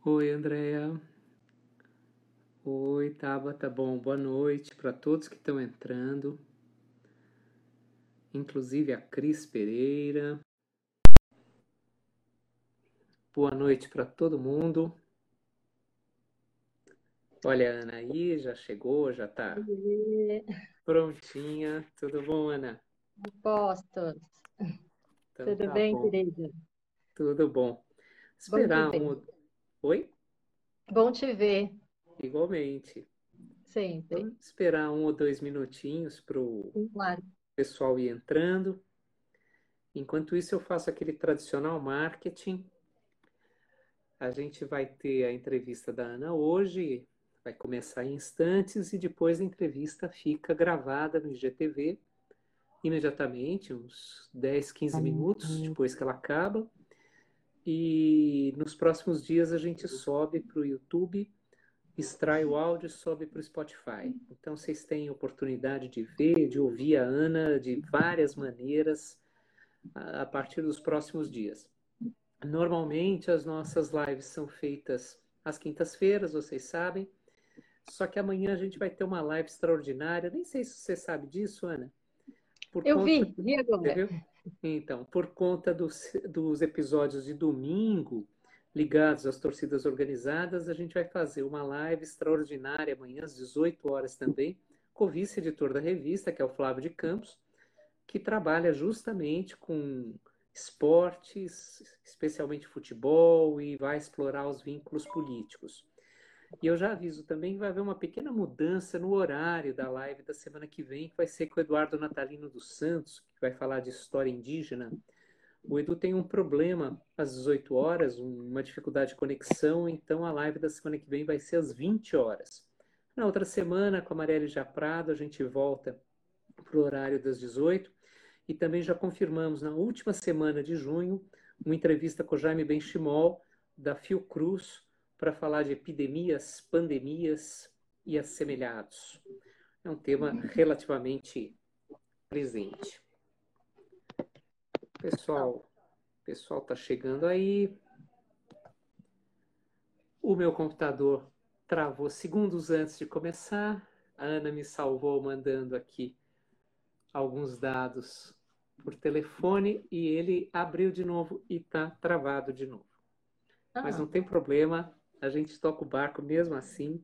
Oi, Andréa. Oi, Tabata. Bom, boa noite para todos que estão entrando, inclusive a Cris Pereira. Boa noite para todo mundo. Olha, a Ana aí já chegou, já está Oiê, prontinha. Tudo bom, Ana? Postos. Então Tudo tá bem, bom, querida? tudo bom. Bom te Esperar ver. Oi? Bom te ver, Igualmente. sempre. Vamos esperar 1 ou 2 minutinhos para o Sim, claro. pessoal ir entrando. Enquanto isso, eu faço aquele tradicional marketing. A gente vai ter a entrevista da Ana hoje, vai começar em instantes e depois a entrevista fica gravada no IGTV imediatamente, uns 10, 15 minutos depois que ela acaba. E nos próximos dias a gente sobe para o YouTube, extrai o áudio e sobe para o Spotify. Então vocês têm oportunidade de ver, de ouvir a Ana de várias maneiras a partir dos próximos dias. Normalmente as nossas lives são feitas às quintas-feiras, vocês sabem. Só que amanhã a gente vai ter uma live extraordinária. Nem sei se você sabe disso, Ana. Por Eu conta. vi Você agora. viu? Então, por conta dos episódios de domingo ligados às torcidas organizadas, a gente vai fazer uma live extraordinária amanhã às 18 horas também, com o vice-editor da revista, que é o Flávio de Campos, que trabalha justamente com esportes, especialmente futebol, e vai explorar os vínculos políticos. E eu já aviso também que vai haver uma pequena mudança no horário da live da semana que vem, que vai ser com o Eduardo Natalino dos Santos, que vai falar de história indígena. O Edu tem um problema às 18 horas, uma dificuldade de conexão, então a live da semana que vem vai ser às 20 horas. Na outra semana, com a Marielle Japrado, a gente volta para o horário das 18. E também já confirmamos na última semana de junho uma entrevista com o Jaime Benchimol, da Fiocruz, para falar de epidemias, pandemias e assemelhados. É um tema relativamente presente. Pessoal está chegando aí. O meu computador travou segundos antes de começar. A Ana me salvou mandando aqui alguns dados por telefone e ele abriu de novo e está travado de novo. Mas Ah, não tem problema, a gente toca o barco mesmo assim.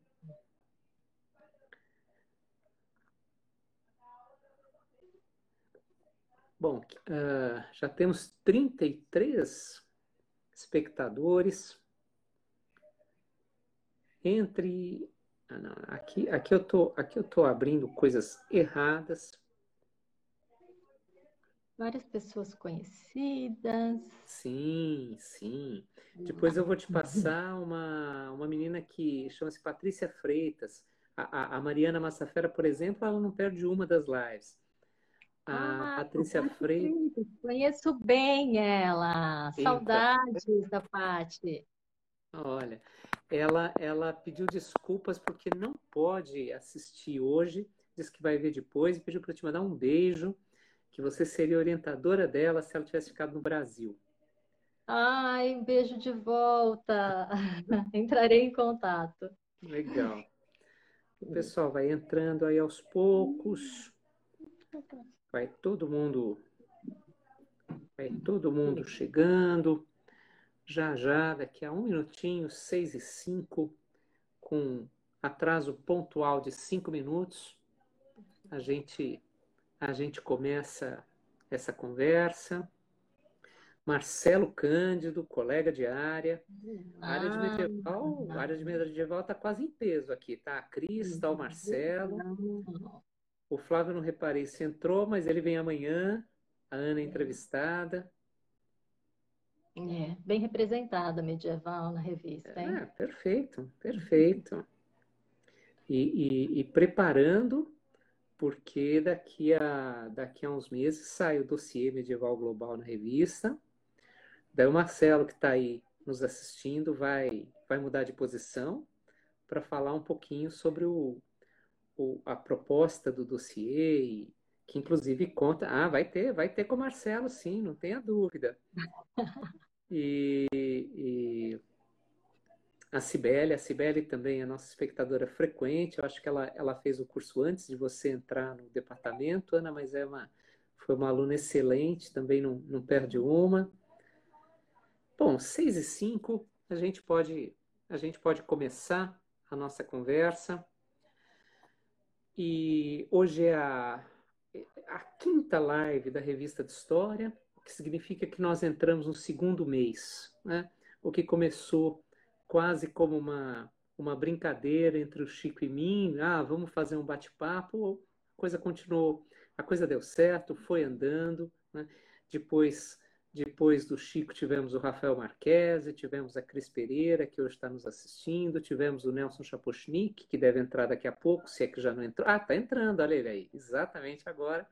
Bom, já temos 33 espectadores. Entre. Ah, não, aqui eu tô abrindo coisas erradas. várias pessoas conhecidas. Sim, sim. Depois eu vou te passar uma menina que chama-se Patrícia Freitas. A Mariana Massafera, por exemplo, ela não perde uma das lives. A Ah, Patrícia Paty Freitas. Freitas. Conheço bem ela. Então, Saudades da Paty. olha, ela pediu desculpas porque não pode assistir hoje, disse que vai ver depois e pediu para te mandar um beijo, que você seria orientadora dela se ela tivesse ficado no Brasil. Ai, um beijo de volta. Entrarei em contato. Legal. O pessoal vai entrando aí aos poucos, vai todo mundo, vai todo mundo chegando. Já já, daqui a 1 minutinho, 6:05, com atraso pontual de 5 minutos, a gente a gente começa essa conversa. Marcelo Cândido, colega de área. Ah, A área de medieval está quase em peso aqui, tá? A Cris, tá o Marcelo. O Flávio não reparei se entrou, mas ele vem amanhã. A Ana é entrevistada. é, bem representada medieval na revista, hein? Perfeito, perfeito. E preparando, porque daqui a uns meses sai o dossiê Medieval Global na revista. Daí o Marcelo, que está aí nos assistindo, vai mudar de posição para falar um pouquinho sobre a proposta do dossiê, que inclusive conta. Ah, vai ter com o Marcelo, sim, não tenha dúvida. E A Cibele também é nossa espectadora frequente. Eu acho que ela fez o curso antes de você entrar no departamento, Ana, mas foi uma aluna excelente, também não perde uma. Bom, 6:05, a gente pode começar a nossa conversa. E hoje é a quinta live da Revista de História, o que significa que nós entramos no segundo mês, né? O que começou quase como uma brincadeira entre o Chico e mim, vamos fazer um bate-papo, a coisa continuou, a coisa deu certo, foi andando, né? Depois depois do Chico, tivemos o Rafael Marquese, tivemos a Cris Pereira, que hoje está nos assistindo, tivemos o Nelson Chapochnik, que deve entrar daqui a pouco, se é que já não entrou. Está entrando, olha ele aí, exatamente agora.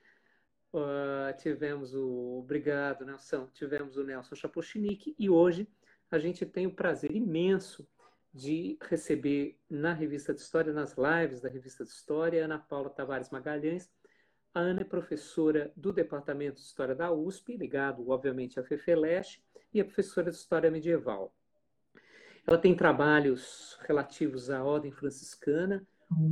Tivemos obrigado, Nelson, tivemos o Nelson Chapochnik, e hoje a gente tem o prazer imenso de receber na Revista de História, nas lives da Revista de História, Ana Paula Tavares Magalhães. A Ana é professora do Departamento de História da USP, ligado, obviamente, à FEFELESH, e é professora de História Medieval. Ela tem trabalhos relativos à Ordem Franciscana.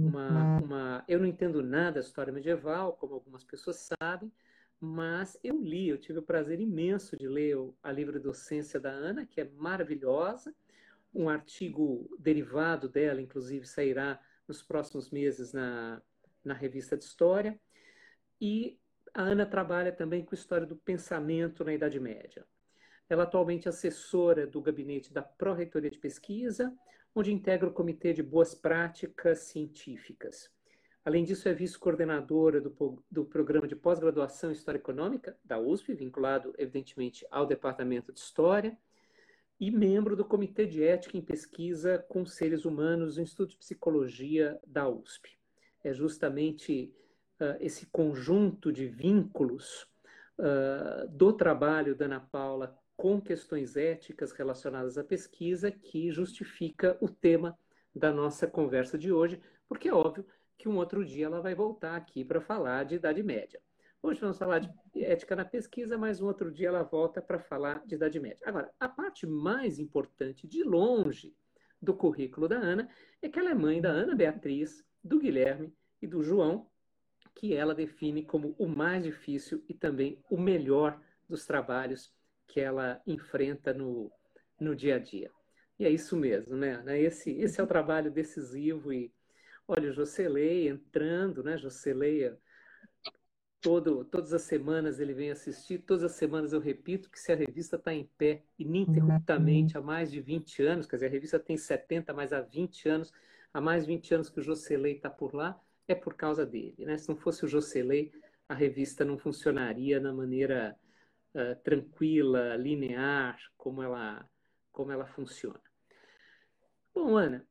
Eu não entendo nada da história medieval, como algumas pessoas sabem, mas eu tive o prazer imenso de ler a livre-docência da Ana, que é maravilhosa. Um artigo derivado dela, inclusive, sairá nos próximos meses na Revista de História. E a Ana trabalha também com história do pensamento na Idade Média. Ela atualmente é assessora do gabinete da Pró-Reitoria de Pesquisa, onde integra o Comitê de Boas Práticas Científicas. Além disso, é vice-coordenadora do Programa de Pós-Graduação em História Econômica da USP, vinculado, evidentemente, ao Departamento de História, e membro do Comitê de Ética em Pesquisa com Seres Humanos do Instituto de Psicologia da USP. É justamente esse conjunto de vínculos do trabalho da Ana Paula com questões éticas relacionadas à pesquisa que justifica o tema da nossa conversa de hoje, porque é óbvio que um outro dia ela vai voltar aqui para falar de Idade Média. Hoje vamos falar de ética na pesquisa, mas um outro dia ela volta para falar de Idade Média. Agora, a parte mais importante, de longe, do currículo da Ana é que ela é mãe da Ana Beatriz, do Guilherme e do João, que ela define como o mais difícil e também o melhor dos trabalhos que ela enfrenta no dia a dia. E é isso mesmo, né? Esse é o trabalho decisivo. E olha, o Jocelyn entrando, né? Jocelyn, todas as semanas ele vem assistir, todas as semanas eu repito que se a revista está em pé ininterruptamente há mais de 20 anos, quer dizer, a revista tem 70, mas há 20 anos, há mais de 20 anos que o Jocelyn está por lá, é por causa dele, né? Se não fosse o Jocelyn, a revista não funcionaria na maneira tranquila, linear, como ela funciona. Bom, Ana,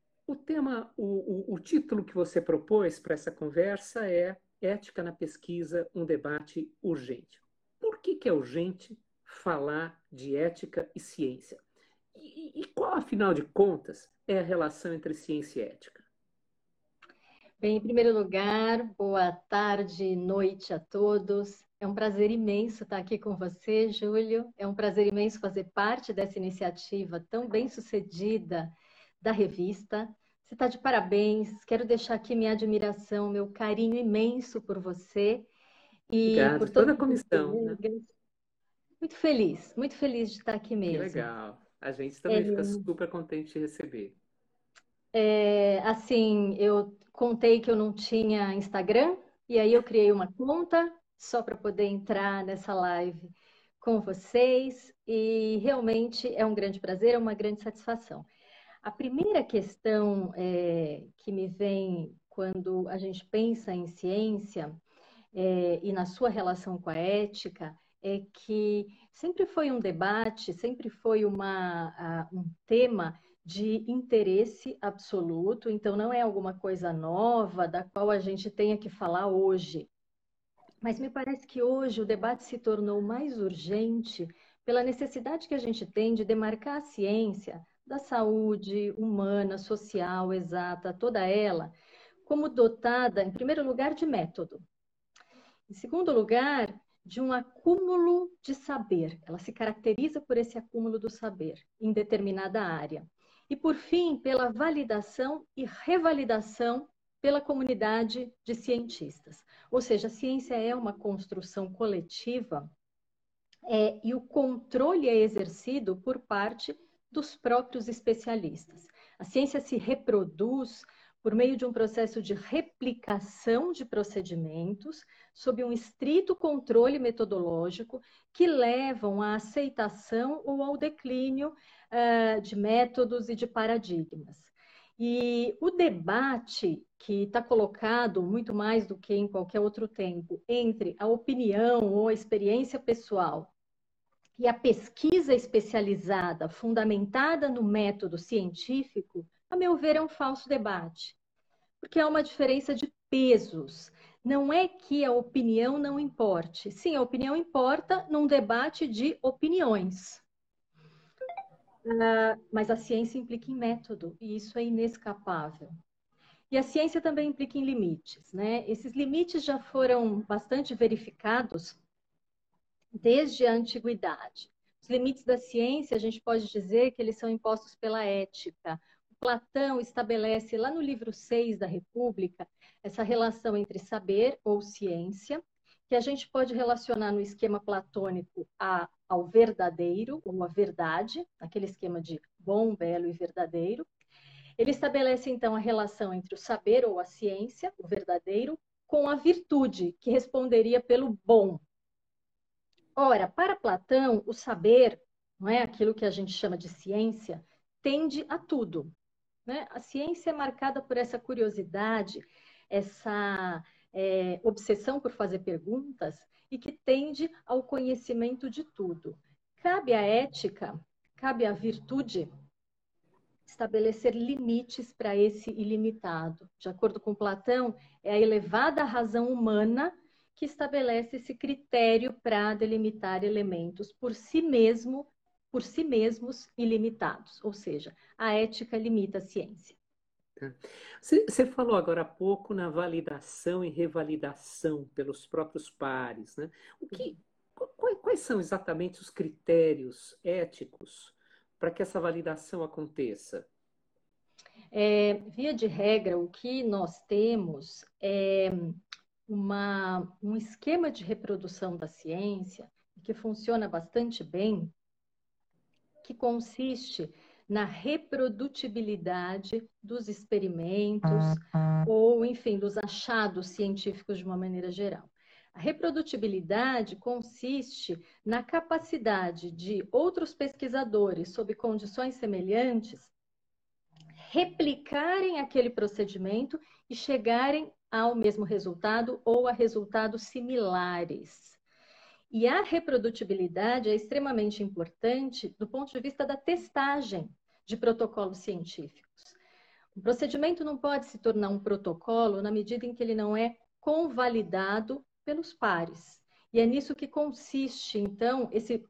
o título que você propôs para essa conversa é Ética na Pesquisa, um debate urgente. Por que é urgente falar de ética e ciência? E qual, afinal de contas, é a relação entre ciência e ética? Bem, em primeiro lugar, boa tarde, noite a todos. É um prazer imenso estar aqui com você, Júlio. É um prazer imenso fazer parte dessa iniciativa tão bem-sucedida da revista. Você está de parabéns. Quero deixar aqui minha admiração, meu carinho imenso por você e por Obrigado, todos toda a os seus comissão, né? colegas. Muito feliz de estar aqui Que mesmo. legal. A gente também fica super contente de receber. Assim, eu contei que eu não tinha Instagram, e aí eu criei uma conta só para poder entrar nessa live com vocês, e realmente é um grande prazer, é uma grande satisfação. A primeira questão que me vem quando a gente pensa em ciência e na sua relação com a ética é que sempre foi um debate, sempre foi um tema de interesse absoluto, então não é alguma coisa nova da qual a gente tenha que falar hoje. Mas me parece que hoje o debate se tornou mais urgente pela necessidade que a gente tem de demarcar a ciência da saúde humana, social, exata, toda ela, como dotada, em primeiro lugar, de método. Em segundo lugar, de um acúmulo de saber. Ela se caracteriza por esse acúmulo do saber em determinada área. E, por fim, pela validação e revalidação pela comunidade de cientistas. Ou seja, a ciência é uma construção coletiva e o controle é exercido por parte dos próprios especialistas. A ciência se reproduz por meio de um processo de replicação de procedimentos, sob um estrito controle metodológico, que levam à aceitação ou ao declínio de métodos e de paradigmas. E o debate que está colocado, muito mais do que em qualquer outro tempo, entre a opinião ou a experiência pessoal e a pesquisa especializada, fundamentada no método científico, a meu ver, é um falso debate, porque há uma diferença de pesos. Não é que a opinião não importe. Sim, a opinião importa num debate de opiniões. Mas a ciência implica em método, e isso é inescapável. E a ciência também implica em limites, né? Esses limites já foram bastante verificados desde a antiguidade. Os limites da ciência, a gente pode dizer que eles são impostos pela ética. O Platão estabelece lá no livro 6 da República essa relação entre saber ou ciência, que a gente pode relacionar no esquema platônico ao verdadeiro, ou à verdade, aquele esquema de bom, belo e verdadeiro. Ele estabelece, então, a relação entre o saber ou a ciência, o verdadeiro, com a virtude, que responderia pelo bom. Ora, para Platão, o saber, não é aquilo que a gente chama de ciência, tende a tudo, né? A ciência é marcada por essa curiosidade, essa obsessão por fazer perguntas e que tende ao conhecimento de tudo. Cabe à ética, cabe à virtude estabelecer limites para esse ilimitado. De acordo com Platão, é a elevada razão humana que estabelece esse critério para delimitar elementos por si mesmos ilimitados, ou seja, a ética limita a ciência. Você falou agora há pouco na validação e revalidação pelos próprios pares, né? Quais são exatamente os critérios éticos para que essa validação aconteça? Via de regra, o que nós temos é um esquema de reprodução da ciência que funciona bastante bem, que consiste na reprodutibilidade dos experimentos ou, enfim, dos achados científicos de uma maneira geral. A reprodutibilidade consiste na capacidade de outros pesquisadores, sob condições semelhantes, replicarem aquele procedimento e chegarem ao mesmo resultado ou a resultados similares. E a reprodutibilidade é extremamente importante do ponto de vista da testagem de protocolos científicos. O procedimento não pode se tornar um protocolo na medida em que ele não é convalidado pelos pares. E é nisso que consiste, então,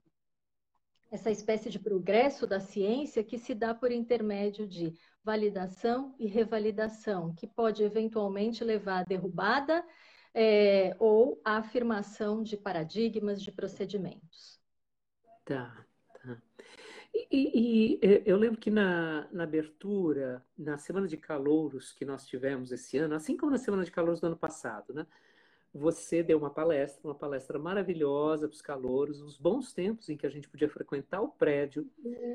essa espécie de progresso da ciência que se dá por intermédio de validação e revalidação, que pode eventualmente levar à derrubada ou à afirmação de paradigmas, de procedimentos. Tá, tá. Eu lembro que na abertura, na Semana de Calouros que nós tivemos esse ano, assim como na Semana de Calouros do ano passado, né? Você deu uma palestra maravilhosa para os calouros, os bons tempos em que a gente podia frequentar o prédio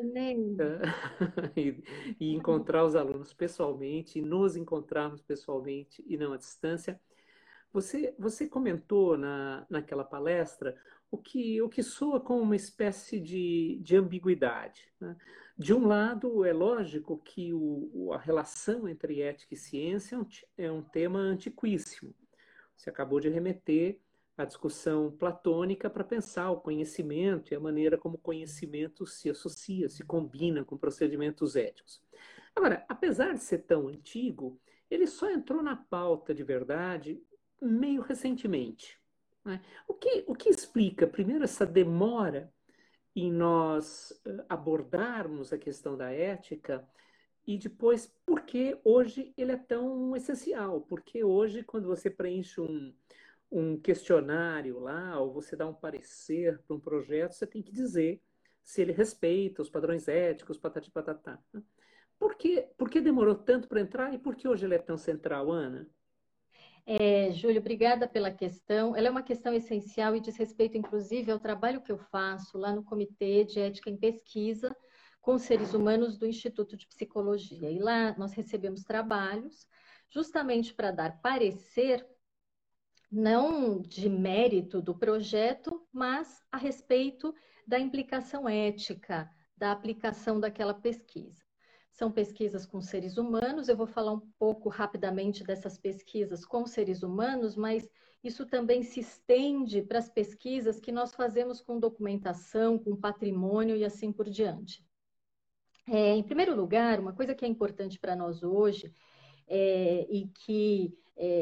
e encontrar os alunos pessoalmente, e nos encontrarmos pessoalmente e não à distância. Você comentou naquela palestra o que soa como uma espécie de ambiguidade, né? De um lado, é lógico que a relação entre ética e ciência é um tema antiquíssimo. Você acabou de remeter à discussão platônica para pensar o conhecimento e a maneira como o conhecimento se associa, se combina com procedimentos éticos. Agora, apesar de ser tão antigo, ele só entrou na pauta de verdade meio recentemente, né? O que explica, primeiro, essa demora em nós abordarmos a questão da ética e depois, por que hoje ele é tão essencial? Porque hoje, quando você preenche um questionário lá, ou você dá um parecer para um projeto, você tem que dizer se ele respeita os padrões éticos, patati patatá, né? Por que demorou tanto para entrar e por que hoje ele é tão central, Ana? Júlio, obrigada pela questão. Ela é uma questão essencial e diz respeito, inclusive, ao trabalho que eu faço lá no Comitê de Ética em Pesquisa com seres humanos do Instituto de Psicologia. E lá nós recebemos trabalhos justamente para dar parecer, não de mérito do projeto, mas a respeito da implicação ética da aplicação daquela pesquisa. São pesquisas com seres humanos, eu vou falar um pouco rapidamente dessas pesquisas com seres humanos, mas isso também se estende para as pesquisas que nós fazemos com documentação, com patrimônio e assim por diante. Em primeiro lugar, uma coisa que é importante para nós hoje e que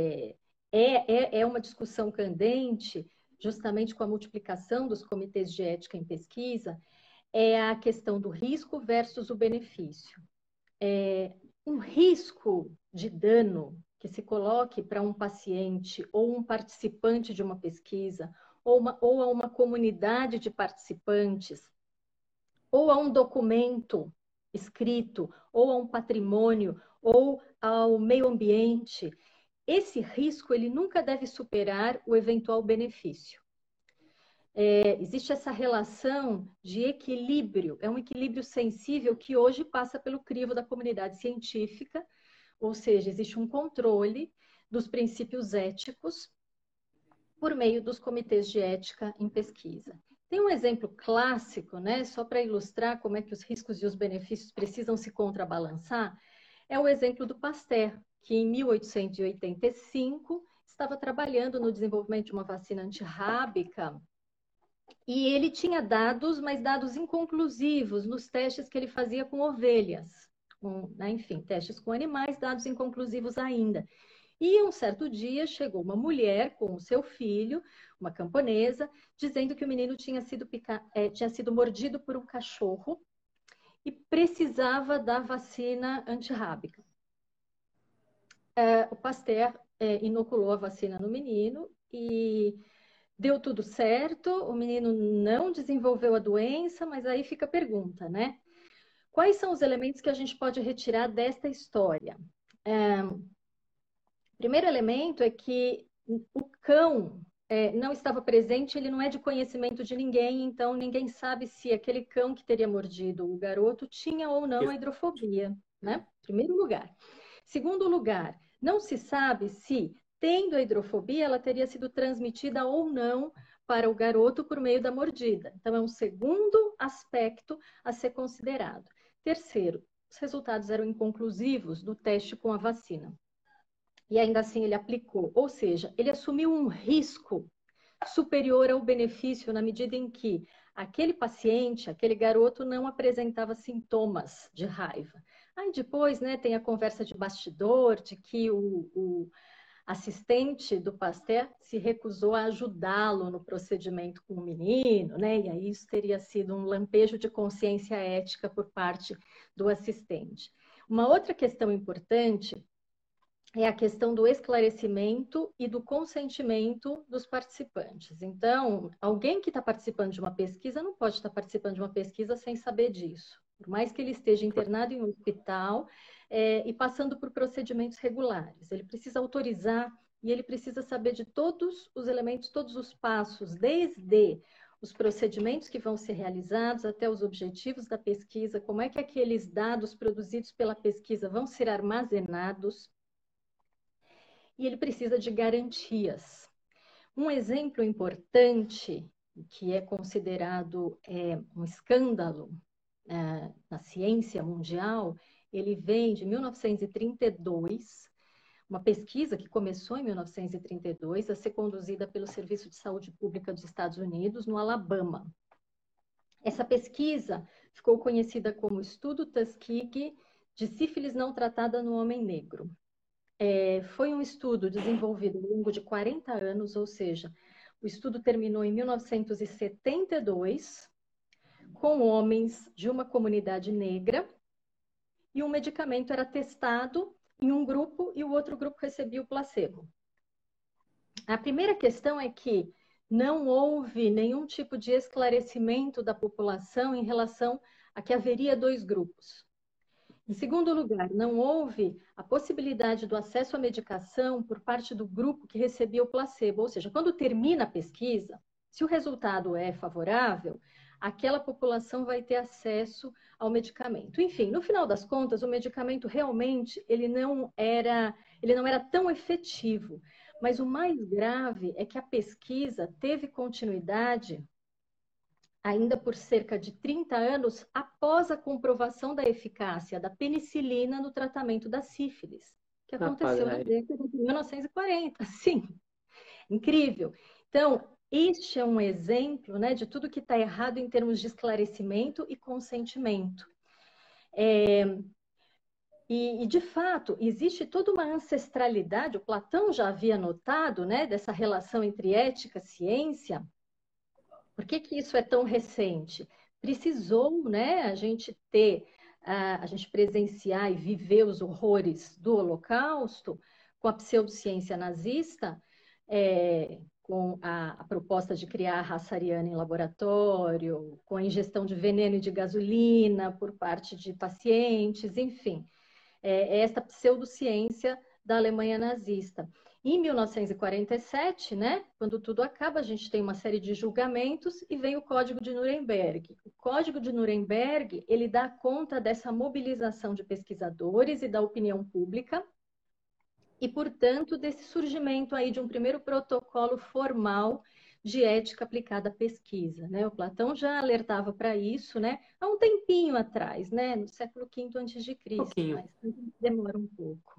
é uma discussão candente, justamente com a multiplicação dos comitês de ética em pesquisa, é a questão do risco versus o benefício. Um risco de dano que se coloque para um paciente ou um participante de uma pesquisa, ou a uma comunidade de participantes, ou a um documento escrito, ou a um patrimônio, ou ao meio ambiente, esse risco ele nunca deve superar o eventual benefício. Existe essa relação de equilíbrio, é um equilíbrio sensível que hoje passa pelo crivo da comunidade científica, ou seja, existe um controle dos princípios éticos por meio dos comitês de ética em pesquisa. Tem um exemplo clássico, né, só para ilustrar como é que os riscos e os benefícios precisam se contrabalançar, é o exemplo do Pasteur, que em 1885 estava trabalhando no desenvolvimento de uma vacina antirrábica e ele tinha dados, mas dados inconclusivos nos testes que ele fazia com ovelhas. Enfim, testes com animais, dados inconclusivos ainda. E um certo dia chegou uma mulher com o seu filho, uma camponesa, dizendo que o menino tinha sido mordido por um cachorro e precisava da vacina antirrábica. O Pasteur inoculou a vacina no menino e deu tudo certo, o menino não desenvolveu a doença, mas aí fica a pergunta, né? Quais são os elementos que a gente pode retirar desta história? O primeiro elemento é que o cão não estava presente, ele não é de conhecimento de ninguém, então ninguém sabe se aquele cão que teria mordido o garoto tinha ou não a hidrofobia, né? Primeiro lugar. Segundo lugar, não se sabe se, tendo a hidrofobia, ela teria sido transmitida ou não para o garoto por meio da mordida. Então, é um segundo aspecto a ser considerado. Terceiro, os resultados eram inconclusivos do teste com a vacina. E ainda assim ele aplicou, ou seja, ele assumiu um risco superior ao benefício na medida em que aquele paciente, aquele garoto não apresentava sintomas de raiva. Aí depois, né, tem a conversa de bastidor de que o assistente do Pasteur se recusou a ajudá-lo no procedimento com o menino, né? E aí isso teria sido um lampejo de consciência ética por parte do assistente. Uma outra questão importante é a questão do esclarecimento e do consentimento dos participantes. Então, alguém que está participando de uma pesquisa não pode estar participando de uma pesquisa sem saber disso. Por mais que ele esteja internado em um hospital e passando por procedimentos regulares. Ele precisa autorizar e ele precisa saber de todos os elementos, todos os passos, desde os procedimentos que vão ser realizados até os objetivos da pesquisa, como é que aqueles dados produzidos pela pesquisa vão ser armazenados, e ele precisa de garantias. Um exemplo importante, que é considerado um escândalo na ciência mundial, ele vem de 1932, uma pesquisa que começou em 1932 a ser conduzida pelo Serviço de Saúde Pública dos Estados Unidos, no Alabama. Essa pesquisa ficou conhecida como Estudo Tuskegee de sífilis não tratada no homem negro. Foi um estudo desenvolvido ao longo de 40 anos, ou seja, o estudo terminou em 1972, com homens de uma comunidade negra, e um medicamento era testado em um grupo e o outro grupo recebia o placebo. A primeira questão é que não houve nenhum tipo de esclarecimento da população em relação a que haveria dois grupos. Em segundo lugar, não houve a possibilidade do acesso à medicação por parte do grupo que recebia o placebo. Ou seja, quando termina a pesquisa, se o resultado é favorável, aquela população vai ter acesso ao medicamento. Enfim, no final das contas, o medicamento realmente ele não era tão efetivo. Mas o mais grave é que a pesquisa teve continuidade ainda por cerca de 30 anos após a comprovação da eficácia da penicilina no tratamento da sífilis, que Rapaz, aconteceu na década de 1940. Sim, incrível. Então, este é um exemplo, né, de tudo que está errado em termos de esclarecimento e consentimento. De fato, existe toda uma ancestralidade, o Platão já havia notado, né, dessa relação entre ética e ciência. Por que que isso é tão recente? Precisou, né, a gente presenciar e viver os horrores do Holocausto com a pseudociência nazista, com a proposta de criar a raça ariana em laboratório, com a ingestão de veneno e de gasolina por parte de pacientes, enfim, esta pseudociência da Alemanha nazista. Em 1947, né, quando tudo acaba, a gente tem uma série de julgamentos e vem o Código de Nuremberg. O Código de Nuremberg, ele dá conta dessa mobilização de pesquisadores e da opinião pública e, portanto, desse surgimento aí de um primeiro protocolo formal de ética aplicada à pesquisa, né? O Platão já alertava para isso, né, há um tempinho atrás, né, no século V antes de um Cristo, pouquinho. mas demora um pouco.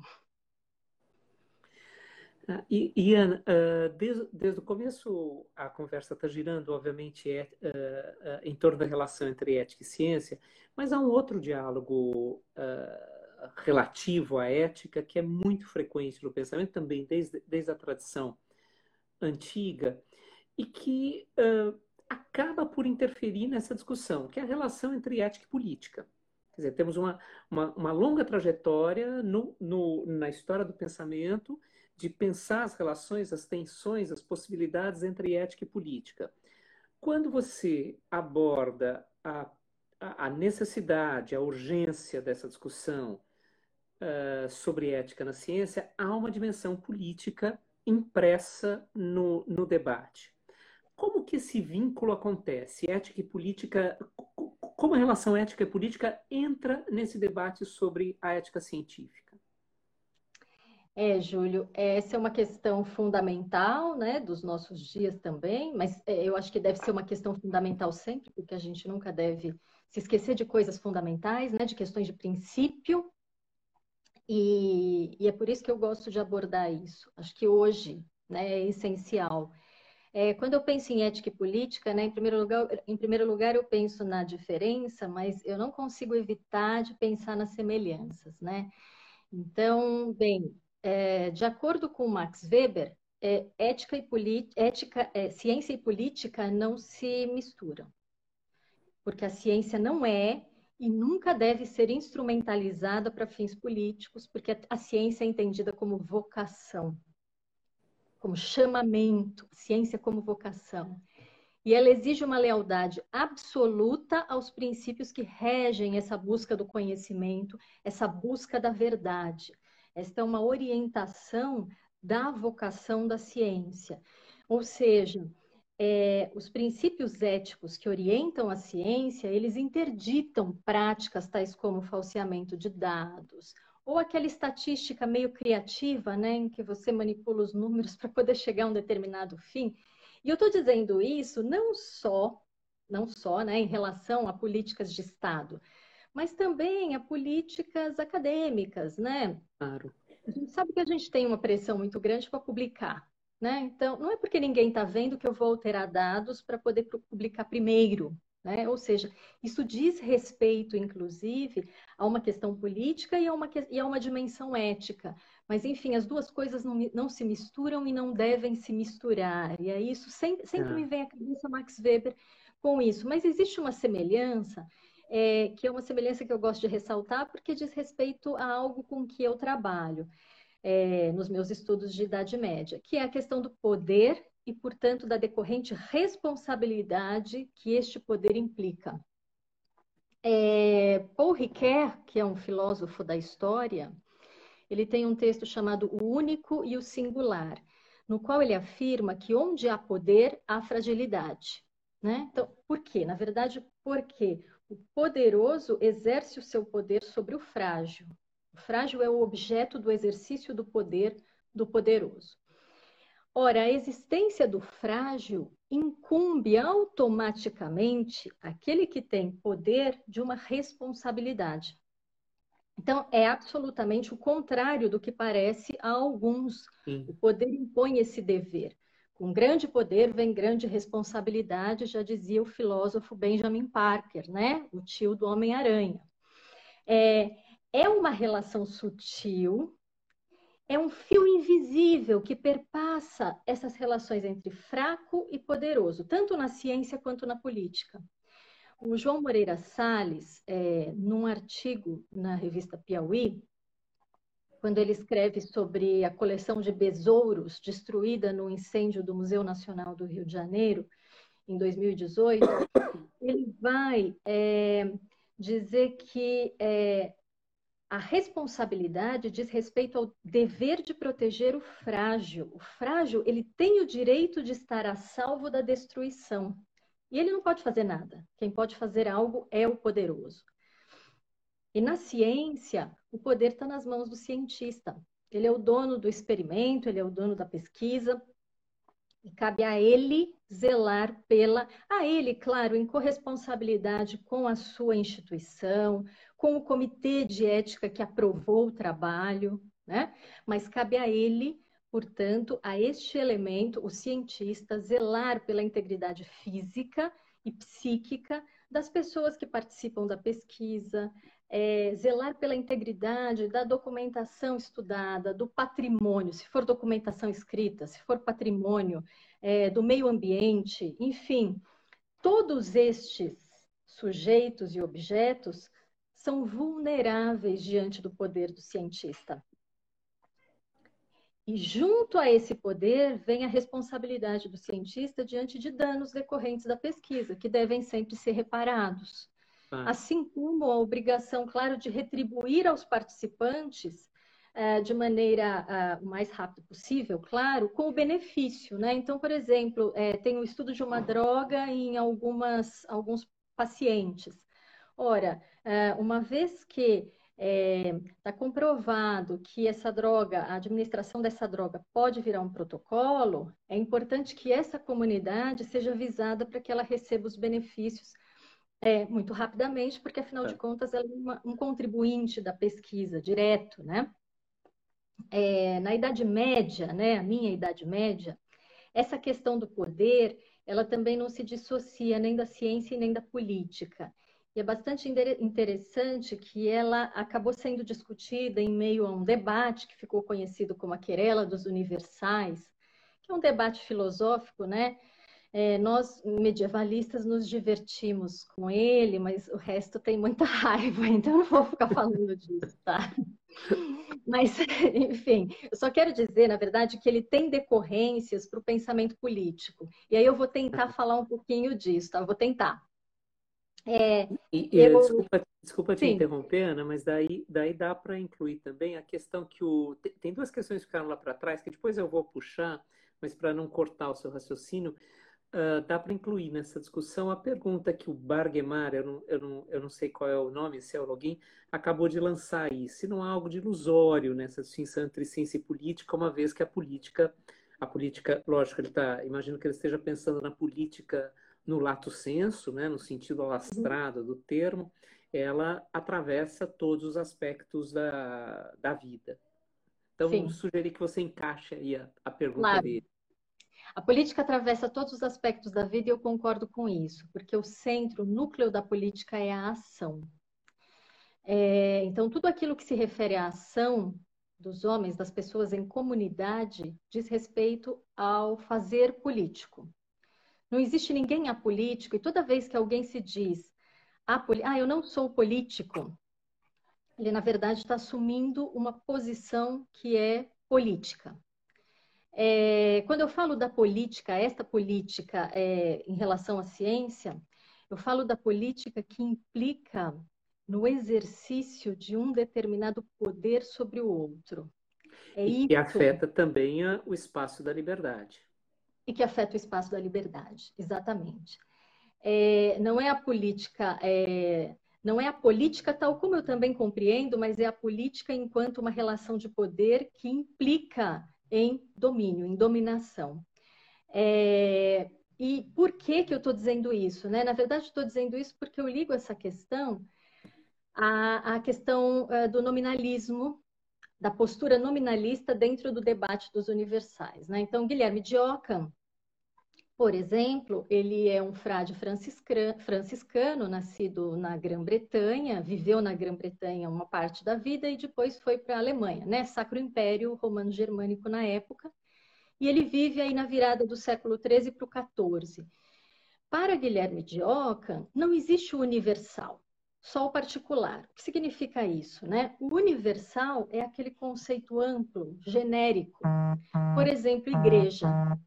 Ian, desde o começo a conversa está girando, obviamente, em torno da relação entre ética e ciência, mas há um outro diálogo relativo à ética que é muito frequente no pensamento, também desde a tradição antiga, e que acaba por interferir nessa discussão, que é a relação entre ética e política. Quer dizer, temos uma longa trajetória na história do pensamento de pensar as relações, as tensões, as possibilidades entre ética e política. Quando você aborda a necessidade, a urgência dessa discussão sobre ética na ciência, há uma dimensão política impressa no debate. Como que esse vínculo acontece? Ética e política, como a relação ética e política entra nesse debate sobre a ética científica? Júlio, essa é uma questão fundamental, né, dos nossos dias também, mas eu acho que deve ser uma questão fundamental sempre, porque a gente nunca deve se esquecer de coisas fundamentais, né, de questões de princípio, e é por isso que eu gosto de abordar isso. Acho que hoje, né, é essencial. Quando eu penso em ética e política, né, em primeiro lugar eu penso na diferença, mas eu não consigo evitar de pensar nas semelhanças, né? Então, bem, de acordo com Max Weber, ciência e política não se misturam, porque a ciência não é e nunca deve ser instrumentalizada para fins políticos, porque a ciência é entendida como vocação, como chamamento, ciência como vocação. E ela exige uma lealdade absoluta aos princípios que regem essa busca do conhecimento, essa busca da verdade. Esta é uma orientação da vocação da ciência. Ou seja, os princípios éticos que orientam a ciência, eles interditam práticas tais como falseamento de dados, ou aquela estatística meio criativa, né, em que você manipula os números para poder chegar a um determinado fim. E eu estou dizendo isso não só, né, em relação a políticas de Estado, mas também a políticas acadêmicas, né? Claro. A gente sabe que a gente tem uma pressão muito grande para publicar, né? Então, não é porque ninguém está vendo que eu vou alterar dados para poder publicar primeiro, né? Ou seja, isso diz respeito, inclusive, a uma questão política e a uma dimensão ética. Mas, enfim, as duas coisas não se misturam e não devem se misturar. E é isso, sempre me vem à cabeça Max Weber com isso. Mas existe uma semelhança, que é uma semelhança que eu gosto de ressaltar, porque diz respeito a algo com que eu trabalho nos meus estudos de Idade Média, que é a questão do poder e, portanto, da decorrente responsabilidade que este poder implica. Paul Ricoeur, que é um filósofo da história, ele tem um texto chamado O Único e o Singular, no qual ele afirma que onde há poder, há fragilidade. Né? Então, por quê? Na verdade, porque o poderoso exerce o seu poder sobre o frágil. O frágil é o objeto do exercício do poder do poderoso. Ora, a existência do frágil incumbe automaticamente aquele que tem poder de uma responsabilidade. Então, é absolutamente o contrário do que parece a alguns. O poder impõe esse dever. Com grande poder vem grande responsabilidade, já dizia o filósofo Benjamin Parker, né? O tio do Homem-Aranha. É uma relação sutil, é um fio invisível que perpassa essas relações entre fraco e poderoso, tanto na ciência quanto na política. O João Moreira Salles, num artigo na revista Piauí, quando ele escreve sobre a coleção de besouros destruída no incêndio do Museu Nacional do Rio de Janeiro, em 2018, ele vai dizer que a responsabilidade diz respeito ao dever de proteger o frágil. O frágil, ele tem o direito de estar a salvo da destruição. E ele não pode fazer nada. Quem pode fazer algo é o poderoso. E na ciência, o poder está nas mãos do cientista. Ele é o dono do experimento, ele é o dono da pesquisa, e cabe a ele zelar a ele, claro, em corresponsabilidade com a sua instituição, com o comitê de ética que aprovou o trabalho, né? Mas cabe a ele, portanto, a este elemento, o cientista, zelar pela integridade física e psíquica das pessoas que participam da pesquisa, zelar pela integridade da documentação estudada, do patrimônio, se for documentação escrita, se for patrimônio, do meio ambiente, enfim, todos estes sujeitos e objetos são vulneráveis diante do poder do cientista. E junto a esse poder vem a responsabilidade do cientista diante de danos decorrentes da pesquisa, que devem sempre ser reparados. Assim como a obrigação, claro, de retribuir aos participantes de maneira o mais rápida possível, claro, com o benefício, né? Então, por exemplo, tem o estudo de uma droga em alguns pacientes. Ora, uma vez que está comprovado que essa droga, a administração dessa droga pode virar um protocolo, é importante que essa comunidade seja avisada para que ela receba os benefícios muito rapidamente, porque afinal de contas ela é um contribuinte da pesquisa direto, né? Na Idade Média, né, a minha Idade Média, essa questão do poder, ela também não se dissocia nem da ciência e nem da política. E é bastante interessante que ela acabou sendo discutida em meio a um debate que ficou conhecido como a Querela dos Universais, que é um debate filosófico, né? Nós, medievalistas, nos divertimos com ele, mas o resto tem muita raiva, então eu não vou ficar falando disso, tá? Mas, enfim, eu só quero dizer, na verdade, que ele tem decorrências para o pensamento político. E aí eu vou tentar falar um pouquinho disso, tá? Eu vou tentar. Desculpa te Sim. interromper, Ana, mas daí dá para incluir também a questão que tem duas questões que ficaram lá para trás, que depois eu vou puxar, mas para não cortar o seu raciocínio, dá para incluir nessa discussão a pergunta que o Bargemar, eu não sei qual é o nome, se é o login, acabou de lançar aí. Se não há algo de ilusório nessa distinção entre ciência e política, uma vez que a política, lógico, imagino que ele esteja pensando na política no lato sensu, né, no sentido alastrado do termo, ela atravessa todos os aspectos da vida. Então, Sim. sugeri que você encaixe aí a pergunta Claro. dele. A política atravessa todos os aspectos da vida e eu concordo com isso, porque o centro, o núcleo da política é a ação. Então, tudo aquilo que se refere à ação dos homens, das pessoas em comunidade, diz respeito ao fazer político. Não existe ninguém apolítico, e toda vez que alguém se diz, eu não sou político, ele, na verdade, está assumindo uma posição que é política. Quando eu falo da política, esta política em relação à ciência, Eu falo da política que implica no exercício de um determinado poder sobre o outro. É E que isso. afeta também o espaço da liberdade. E que afeta o espaço da liberdade, exatamente. Não é a política, não é a política tal como eu também compreendo, mas é a política enquanto uma relação de poder que implica em domínio, em dominação. E por que que eu estou dizendo isso, né? Na verdade, estou dizendo isso porque eu ligo essa questão à questão do nominalismo, da postura nominalista dentro do debate dos universais, né? Então, Guilherme de Ockham, por exemplo, ele é um frade franciscano, nascido na Grã-Bretanha, viveu na Grã-Bretanha uma parte da vida e depois foi para a Alemanha, né? Sacro Império Romano-Germânico na época. E ele vive aí na virada do século XIII para o XIV. Para Guilherme de Ockham, não existe o universal, só o particular. O que significa isso, né? O universal é aquele conceito amplo, genérico. Por exemplo, igreja.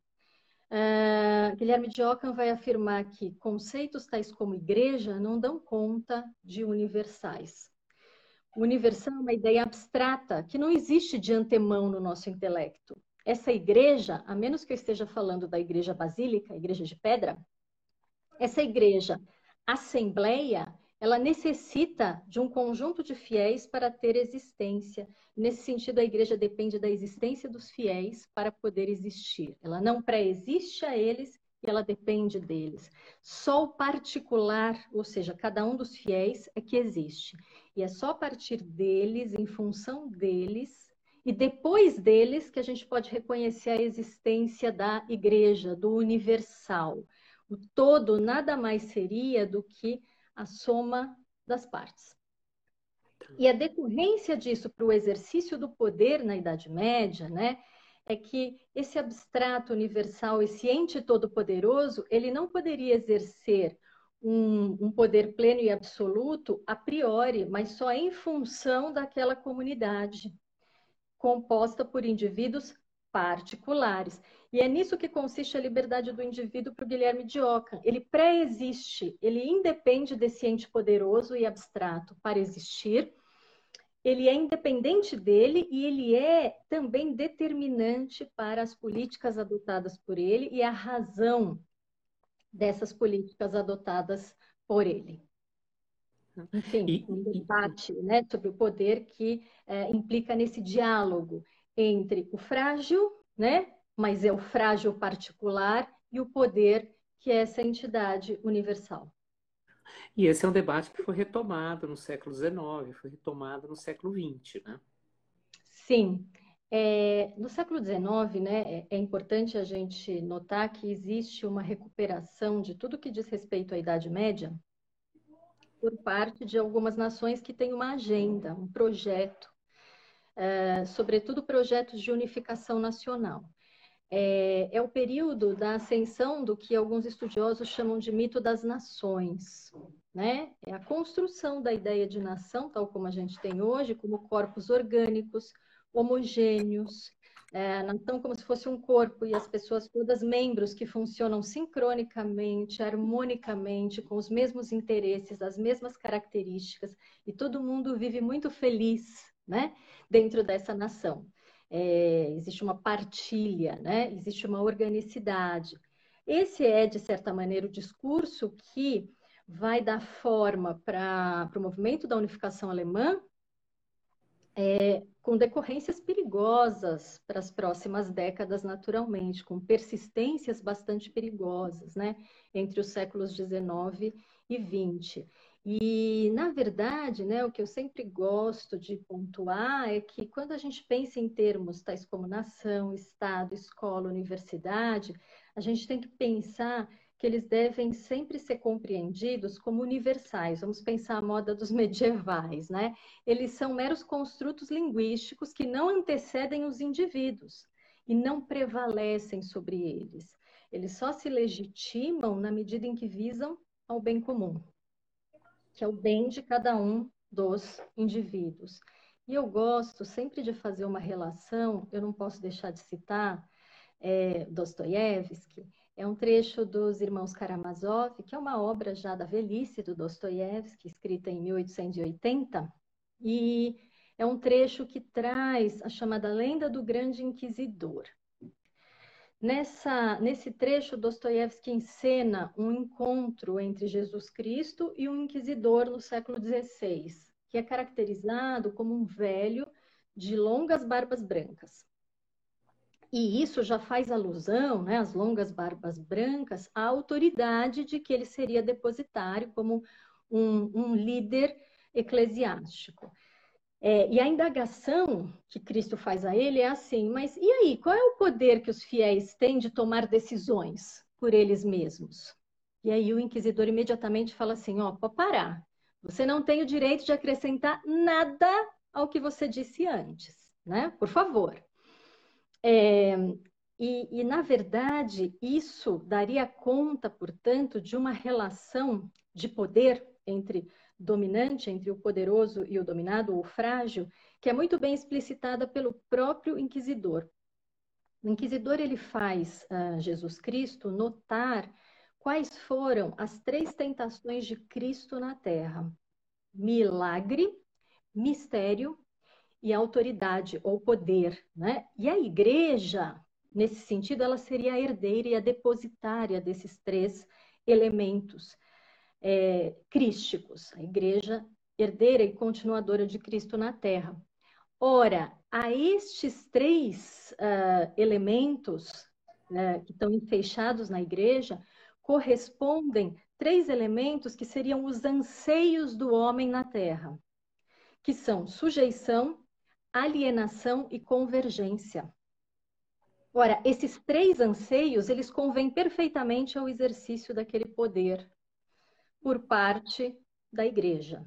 Guilherme de Ockham vai afirmar que conceitos tais como igreja não dão conta de universais. O universal é uma ideia abstrata que não existe de antemão no nosso intelecto. Essa igreja, a menos que eu esteja falando da igreja basílica, igreja de pedra, essa igreja, assembleia, ela necessita de um conjunto de fiéis para ter existência. Nesse sentido, a igreja depende da existência dos fiéis para poder existir. Ela não pré-existe a eles e ela depende deles. Só o particular, ou seja, cada um dos fiéis, é que existe. E é só a partir deles, em função deles, e depois deles, que a gente pode reconhecer a existência da igreja, do universal. O todo nada mais seria do que a soma das partes. E a decorrência disso para o exercício do poder na Idade Média, né, é que esse abstrato universal, esse ente todo-poderoso, ele não poderia exercer um poder pleno e absoluto a priori, mas só em função daquela comunidade, composta por indivíduos particulares. E é nisso que consiste a liberdade do indivíduo para o Guilherme de Ockham. Ele pré-existe, ele independe desse ente poderoso e abstrato para existir, ele é independente dele e ele é também determinante para as políticas adotadas por ele e a razão dessas políticas adotadas por ele. Enfim, um debate, né, sobre o poder que implica nesse diálogo entre o frágil, né, mas é o frágil particular, e o poder, que é essa entidade universal. E esse é um debate que foi retomado no século XIX, foi retomado no século XX, né? Sim. No século XIX, né, é importante a gente notar que existe uma recuperação de tudo que diz respeito à Idade Média por parte de algumas nações que têm uma agenda, um projeto, sobretudo projetos de unificação nacional. É o período da ascensão do que alguns estudiosos chamam de mito das nações, né? É a construção da ideia de nação, tal como a gente tem hoje, como corpos orgânicos, homogêneos, nação como se fosse um corpo e as pessoas todas membros que funcionam sincronicamente, harmonicamente, com os mesmos interesses, as mesmas características, e todo mundo vive muito feliz, né? Dentro dessa nação. Existe uma partilha, né? Existe uma organicidade. Esse é, de certa maneira, o discurso que vai dar forma para o movimento da unificação alemã, com decorrências perigosas para as próximas décadas, naturalmente, com persistências bastante perigosas, né? Entre os séculos XIX e XX. E, na verdade, né, o que eu sempre gosto de pontuar é que quando a gente pensa em termos tais como nação, Estado, escola, universidade, a gente tem que pensar que eles devem sempre ser compreendidos como universais. Vamos pensar a moda dos medievais, né? Eles são meros construtos linguísticos que não antecedem os indivíduos e não prevalecem sobre eles. Eles só se legitimam na medida em que visam ao bem comum, que é o bem de cada um dos indivíduos. E eu gosto sempre de fazer uma relação, eu não posso deixar de citar Dostoiévski, É um trecho dos Irmãos Karamazov, que é uma obra já da velhice do Dostoiévski, escrita em 1880, e é um trecho que traz a chamada lenda do Grande Inquisidor. Nesse trecho, Dostoiévski encena um encontro entre Jesus Cristo e um inquisidor no século XVI, que é caracterizado como um velho de longas barbas brancas. E isso já faz alusão, né, às longas barbas brancas, à autoridade de que ele seria depositário como um líder eclesiástico. E a indagação que Cristo faz a ele é assim, mas e aí, qual é o poder que os fiéis têm de tomar decisões por eles mesmos? E aí o inquisidor imediatamente fala assim, ó, pode parar. Você não tem o direito de acrescentar nada ao que você disse antes, né? Por favor. Na verdade, isso daria conta, portanto, de uma relação de poder entre dominante, entre o poderoso e o dominado, ou frágil, que é muito bem explicitada pelo próprio inquisidor. O inquisidor ele faz a Jesus Cristo notar quais foram as 3 tentações de Cristo na Terra: milagre, mistério e autoridade ou poder, né? E a igreja, nesse sentido, ela seria a herdeira e a depositária desses 3 elementos crísticos, a igreja herdeira e continuadora de Cristo na Terra. Ora, a estes 3 elementos que estão enfeixados na igreja, correspondem 3 elementos que seriam os anseios do homem na Terra, que são sujeição, alienação e convergência. Ora, esses 3 anseios, eles convêm perfeitamente ao exercício daquele poder por parte da igreja.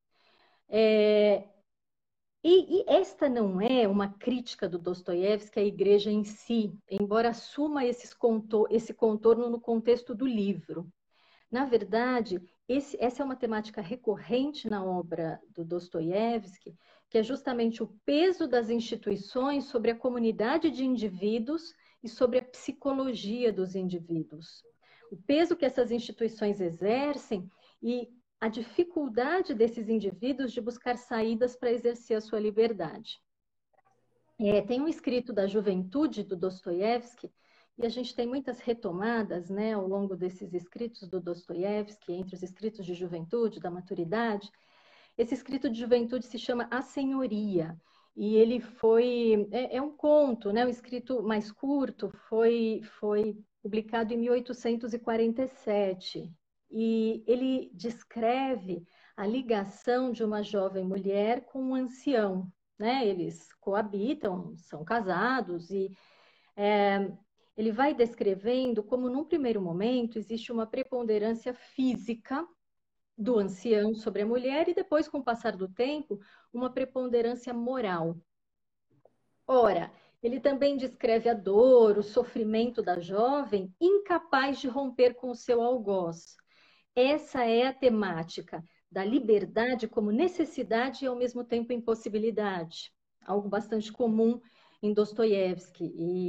E esta não é uma crítica do Dostoiévski à igreja em si, embora assuma esse contorno no contexto do livro. Na verdade, essa é uma temática recorrente na obra do Dostoiévski, que é justamente o peso das instituições sobre a comunidade de indivíduos e sobre a psicologia dos indivíduos. O peso que essas instituições exercem e a dificuldade desses indivíduos de buscar saídas para exercer a sua liberdade. Tem um escrito da juventude do Dostoiévski, e a gente tem muitas retomadas, né, ao longo desses escritos do Dostoiévski, entre os escritos de juventude, da maturidade. Esse escrito de juventude se chama A Senhoria, e ele foi... É um conto, né, um escrito mais curto, foi publicado em 1847, e ele descreve a ligação de uma jovem mulher com um ancião, né? Eles coabitam, são casados, e ele vai descrevendo como, num primeiro momento, existe uma preponderância física do ancião sobre a mulher e depois, com o passar do tempo, uma preponderância moral. Ora, ele também descreve a dor, o sofrimento da jovem, incapaz de romper com o seu algoz. Essa é a temática da liberdade como necessidade e, ao mesmo tempo, impossibilidade. Algo bastante comum em Dostoiévski.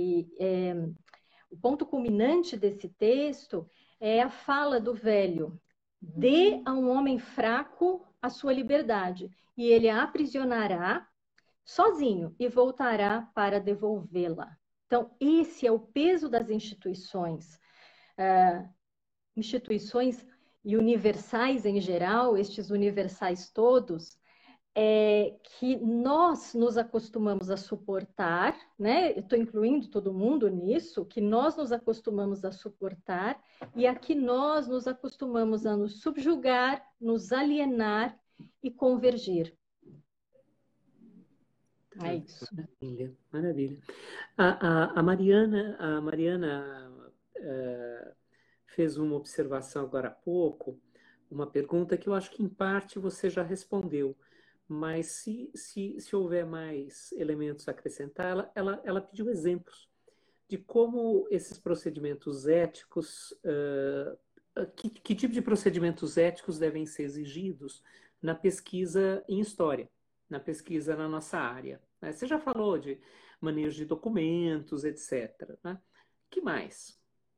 O ponto culminante desse texto é a fala do velho: dê a um homem fraco a sua liberdade, e ele a aprisionará sozinho e voltará para devolvê-la. Então, esse é o peso das instituições. Instituições e universais em geral, estes universais todos, que nós nos acostumamos a suportar, né? Eu estou incluindo todo mundo nisso, que nós nos acostumamos a suportar e a que nós nos acostumamos a nos subjugar, nos alienar e convergir. É isso. Maravilha, maravilha. A Mariana fez uma observação agora há pouco, uma pergunta que eu acho que em parte você já respondeu, mas se houver mais elementos a acrescentar, ela pediu exemplos de como esses procedimentos éticos, que tipo de procedimentos éticos devem ser exigidos na pesquisa em história, na pesquisa na nossa área. Né? Você já falou de manejo de documentos, etc. Né? Que mais?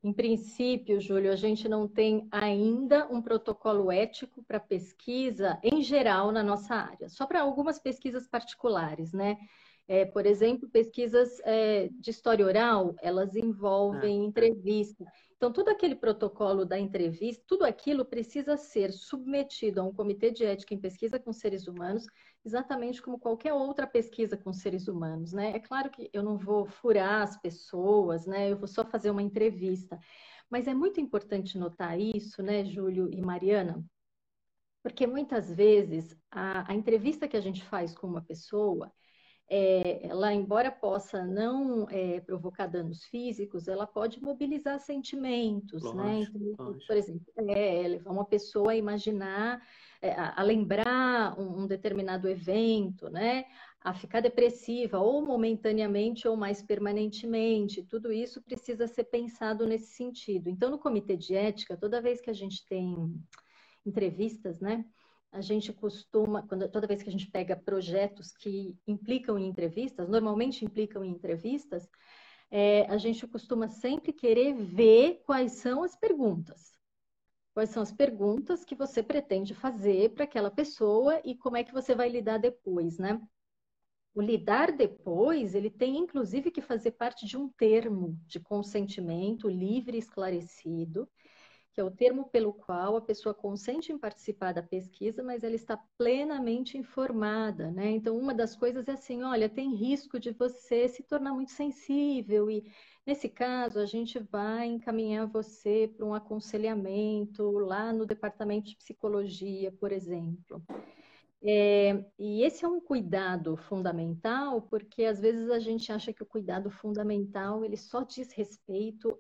Em princípio, Júlio, a gente não tem ainda um protocolo ético para pesquisa em geral na nossa área, só para algumas pesquisas particulares, né? Por exemplo, pesquisas de história oral, elas Ah, envolvem ah, entrevista. Então, todo aquele protocolo da entrevista, tudo aquilo precisa ser submetido a um comitê de ética em pesquisa com seres humanos, exatamente como qualquer outra pesquisa com seres humanos, né? É claro que eu não vou furar as pessoas, né? Eu vou só fazer uma entrevista. Mas é muito importante notar isso, né, Júlio e Mariana? Porque muitas vezes a entrevista que a gente faz com uma pessoa, ela, embora possa não provocar danos físicos, ela pode mobilizar sentimentos, né? lógico, Então, por lógico. exemplo, levar uma pessoa a imaginar, a lembrar um determinado evento, né? A ficar depressiva, ou momentaneamente ou mais permanentemente. Tudo isso precisa ser pensado nesse sentido. Então, no comitê de ética, toda vez que a gente tem entrevistas, né? A gente costuma, toda vez que a gente pega projetos que implicam em entrevistas, normalmente implicam em entrevistas, a gente costuma sempre querer ver quais são as perguntas. Quais são as perguntas que você pretende fazer para aquela pessoa e como é que você vai lidar depois, né? O lidar depois, ele tem inclusive que fazer parte de um termo de consentimento livre e esclarecido, que é o termo pelo qual a pessoa consente em participar da pesquisa, mas ela está plenamente informada, né? Então, uma das coisas é assim, olha, tem risco de você se tornar muito sensível e, nesse caso, a gente vai encaminhar você para um aconselhamento lá no departamento de psicologia, por exemplo. E esse é um cuidado fundamental, porque às vezes a gente acha que o cuidado fundamental ele só diz respeito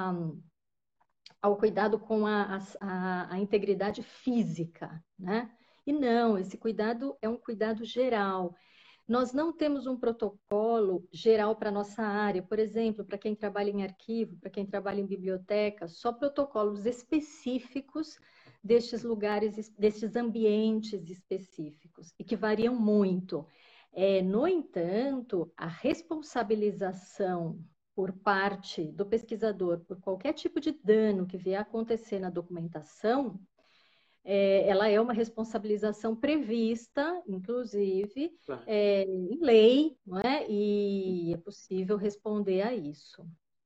ao cuidado com a integridade física, né? E não, esse cuidado é um cuidado geral. Nós não temos um protocolo geral para a nossa área, por exemplo, para quem trabalha em arquivo, para quem trabalha em biblioteca, só protocolos específicos destes lugares, destes ambientes específicos, e que variam muito. No entanto, a responsabilização por parte do pesquisador por qualquer tipo de dano que vier a acontecer na documentação, ela é uma responsabilização prevista, inclusive, Claro. em lei, não é? E é possível responder a isso.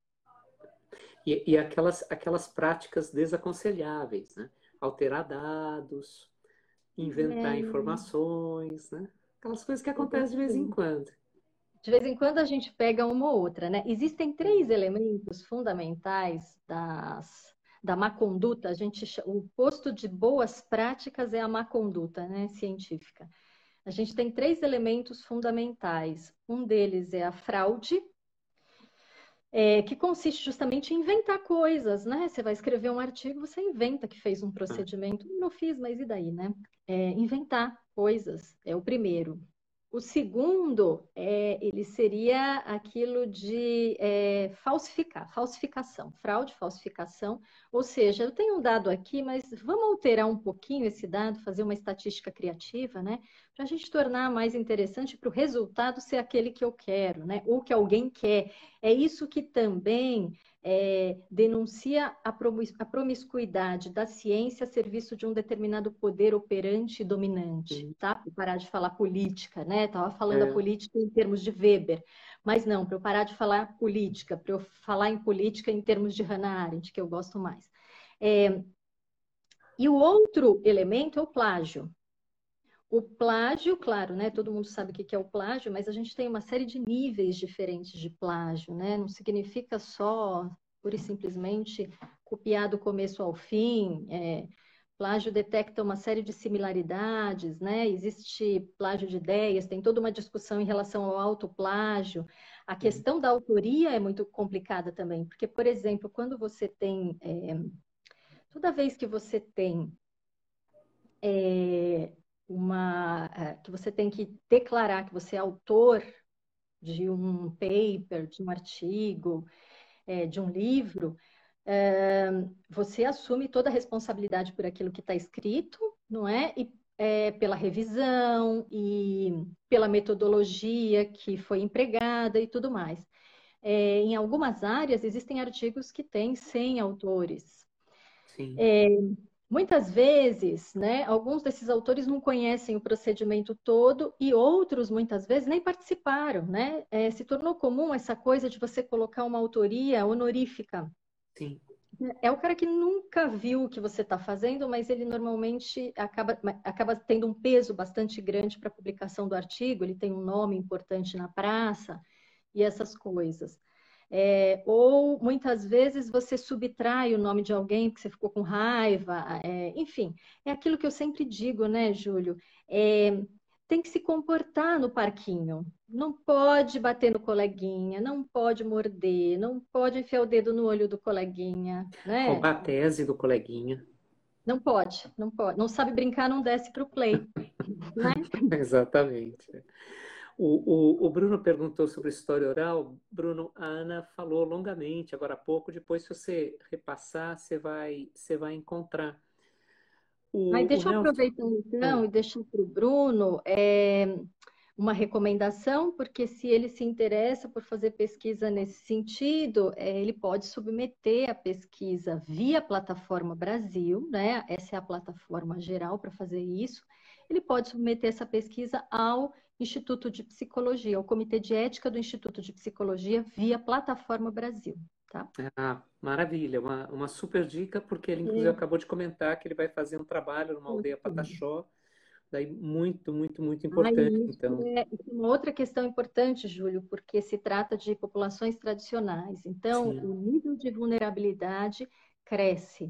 E aquelas práticas desaconselháveis, né? Alterar dados, inventar informações, né? Aquelas coisas que acontecem de vez em quando. De vez em quando a gente pega uma ou outra, né? Existem três elementos fundamentais da má conduta. O posto de boas práticas é a má conduta, né? Científica. A gente tem três elementos fundamentais. Um deles é a fraude, que consiste justamente em inventar coisas, né? Você vai escrever um artigo, você inventa que fez um Ah, procedimento. Não fiz, mas e daí, né? Inventar coisas é o primeiro. O segundo, ele seria aquilo de falsificar, falsificação, fraude, falsificação. Ou seja, eu tenho um dado aqui, mas vamos alterar um pouquinho esse dado, fazer uma estatística criativa, né? Para a gente tornar mais interessante para o resultado ser aquele que eu quero, né? Ou que alguém quer. É isso que também denuncia a promiscuidade da ciência a serviço de um determinado poder operante e dominante, hum, tá? Para parar de falar política, né? Estava falando a é, política em termos de Weber, mas não, para eu parar de falar política, para eu falar em política em termos de Hannah Arendt, que eu gosto mais. E o outro elemento é o plágio. O plágio, claro, né? Todo mundo sabe o que é o plágio, mas a gente tem uma série de níveis diferentes de plágio, né? Não significa só, pura e simplesmente, copiar do começo ao fim. Plágio detecta uma série de similaridades, né? Existe plágio de ideias, tem toda uma discussão em relação ao autoplágio. A hum, questão da autoria é muito complicada também, porque, por exemplo, quando você tem. Toda vez que você tem que você tem que declarar que você é autor de um paper, de um artigo, de um livro, você assume toda a responsabilidade por aquilo que está escrito, não é? E pela revisão e pela metodologia que foi empregada e tudo mais. em algumas áreas existem artigos que têm 100 autores. Sim. Muitas vezes, né, alguns desses autores não conhecem o procedimento todo e outros, muitas vezes, nem participaram, né? Se tornou comum essa coisa de você colocar uma autoria honorífica. Sim. É o cara que nunca viu o que você está fazendo, mas ele normalmente acaba tendo um peso bastante grande para a publicação do artigo, ele tem um nome importante na praça e essas coisas. Ou muitas vezes você subtrai o nome de alguém porque você ficou com raiva, enfim, é aquilo que eu sempre digo, né, Júlio? Tem que se comportar no parquinho. Não pode bater no coleguinha, não pode morder, não pode enfiar o dedo no olho do coleguinha, né? Roubar a tese do coleguinha. Não pode, não pode. Não sabe brincar, não desce para o play, né? Exatamente. O Bruno perguntou sobre história oral. Bruno, a Ana falou longamente agora há pouco. Depois, se você repassar, você vai encontrar. Aí O deixa eu Nelson. aproveitar então e deixar para o Bruno uma recomendação, porque se ele se interessa por fazer pesquisa nesse sentido, ele pode submeter a pesquisa via plataforma Brasil, né? Essa é a plataforma geral para fazer isso. Ele pode submeter essa pesquisa ao Instituto de Psicologia, ao Comitê de Ética do Instituto de Psicologia via plataforma Brasil, tá? Ah, maravilha, uma super dica, porque ele inclusive É, acabou de comentar que ele vai fazer um trabalho numa aldeia ótimo. Pataxó, daí muito, muito, muito Ah, importante, e então, isso é uma outra questão importante, Júlio, porque se trata de populações tradicionais. Então, sim, o nível de vulnerabilidade cresce.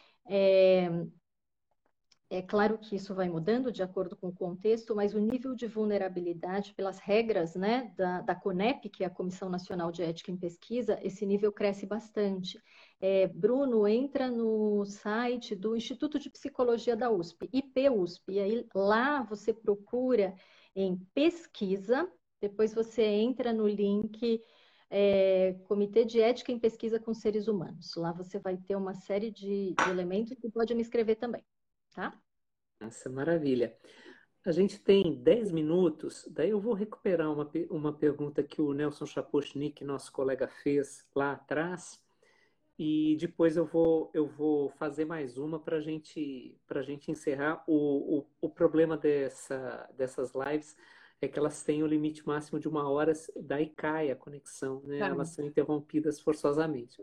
É claro que isso vai mudando de acordo com o contexto, mas o nível de vulnerabilidade, pelas regras, né, da CONEP, que é a Comissão Nacional de Ética em Pesquisa, esse nível cresce bastante. Bruno, entra no site do Instituto de Psicologia da USP, IPUSP, e aí lá você procura em pesquisa, depois você entra no link Comitê de Ética em Pesquisa com Seres Humanos. Lá você vai ter uma série de elementos que pode me escrever também. Tá? nossa, maravilha. A gente tem 10 minutos, daí eu vou recuperar uma pergunta que o Nelson Chapochnik, nosso colega, fez lá atrás, e depois eu vou fazer mais uma para gente encerrar. O problema dessas lives é que elas têm o limite máximo de 1 hora, daí cai a conexão, né? Tá. Elas são interrompidas forçosamente.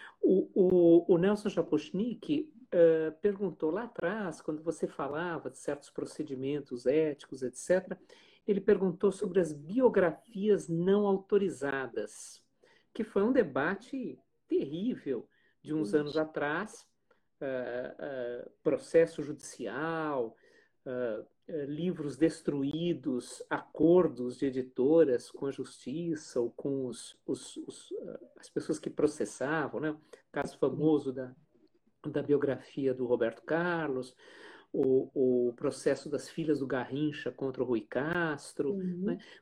O Nelson Japochnik perguntou lá atrás, quando você falava de certos procedimentos éticos, etc., ele perguntou sobre as biografias não autorizadas, que foi um debate terrível de uns anos atrás, processo judicial, livros destruídos, acordos de editoras com a justiça ou com as pessoas que processavam, né? Caso famoso da biografia do Roberto Carlos, o processo das filhas do Garrincha contra o Rui Castro, né? Sim.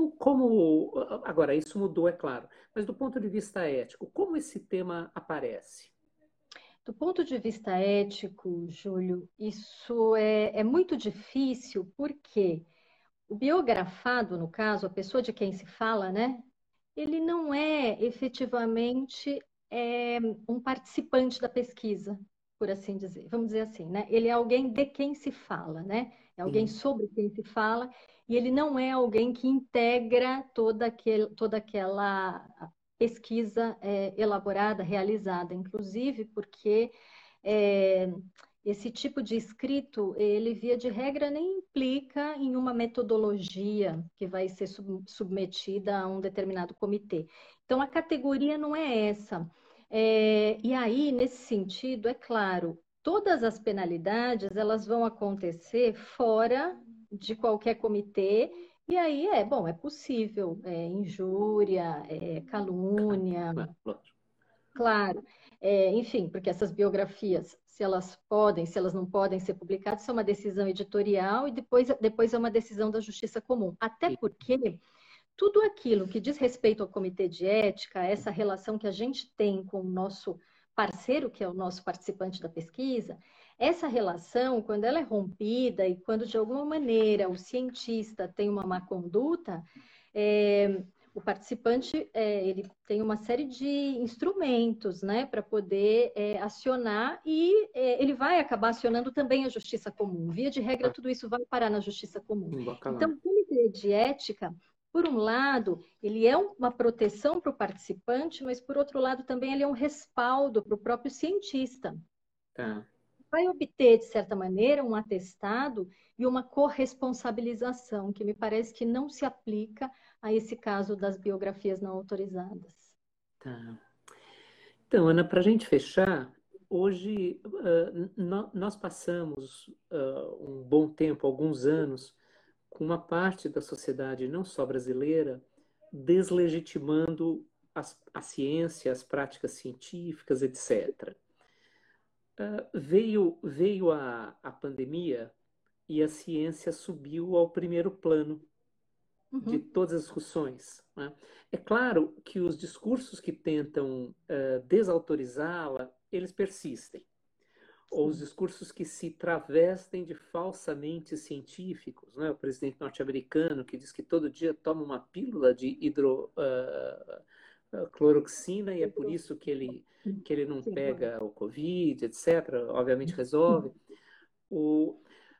Agora, isso mudou, é claro, mas do ponto de vista ético, como esse tema aparece? Do ponto de vista ético, Júlio, isso é muito difícil, porque o biografado, no caso, a pessoa de quem se fala, né? Ele não é efetivamente um participante da pesquisa, por assim dizer. Vamos dizer assim, né? Ele é alguém de quem se fala, né? É alguém Sim, sobre quem se fala, e ele não é alguém que integra toda aquela pesquisa elaborada, realizada, inclusive porque é, esse tipo de escrito, ele via de regra nem implica em uma metodologia que vai ser submetida a um determinado comitê. Então, a categoria não é essa. E aí, nesse sentido, é claro, todas as penalidades, elas vão acontecer fora de qualquer comitê, e aí bom, é possível, injúria, calúnia, lógico. claro, enfim, porque essas biografias, se elas podem, se elas não podem ser publicadas, isso é uma decisão editorial e depois é uma decisão da Justiça Comum. Até porque tudo aquilo que diz respeito ao Comitê de Ética, essa relação que a gente tem com o nosso parceiro, que é o nosso participante da pesquisa, essa relação, quando ela é rompida e quando de alguma maneira o cientista tem uma má conduta, é, o participante ele tem uma série de instrumentos, né, para poder acionar e ele vai acabar acionando também a justiça comum. Via de regra, tudo isso vai parar na justiça comum. Então, o comitê de ética, por um lado, ele é uma proteção para o participante, mas por outro lado também ele é um respaldo para o próprio cientista. Tá. Vai obter, de certa maneira, um atestado e uma corresponsabilização, que me parece que não se aplica a esse caso das biografias não autorizadas. Tá. Então, Ana, para a gente fechar, hoje nós passamos um bom tempo, alguns anos, com uma parte da sociedade, não só brasileira, deslegitimando a ciência, as práticas científicas, etc. Veio a pandemia e a ciência subiu ao primeiro plano de todas as discussões, né? É claro que os discursos que tentam desautorizá-la, eles persistem. Ou os discursos que se travestem de falsamente científicos, né? O presidente norte-americano que diz que todo dia toma uma pílula de hidrocloroxina e é por isso que ele não pega o Covid, etc. Obviamente resolve. O,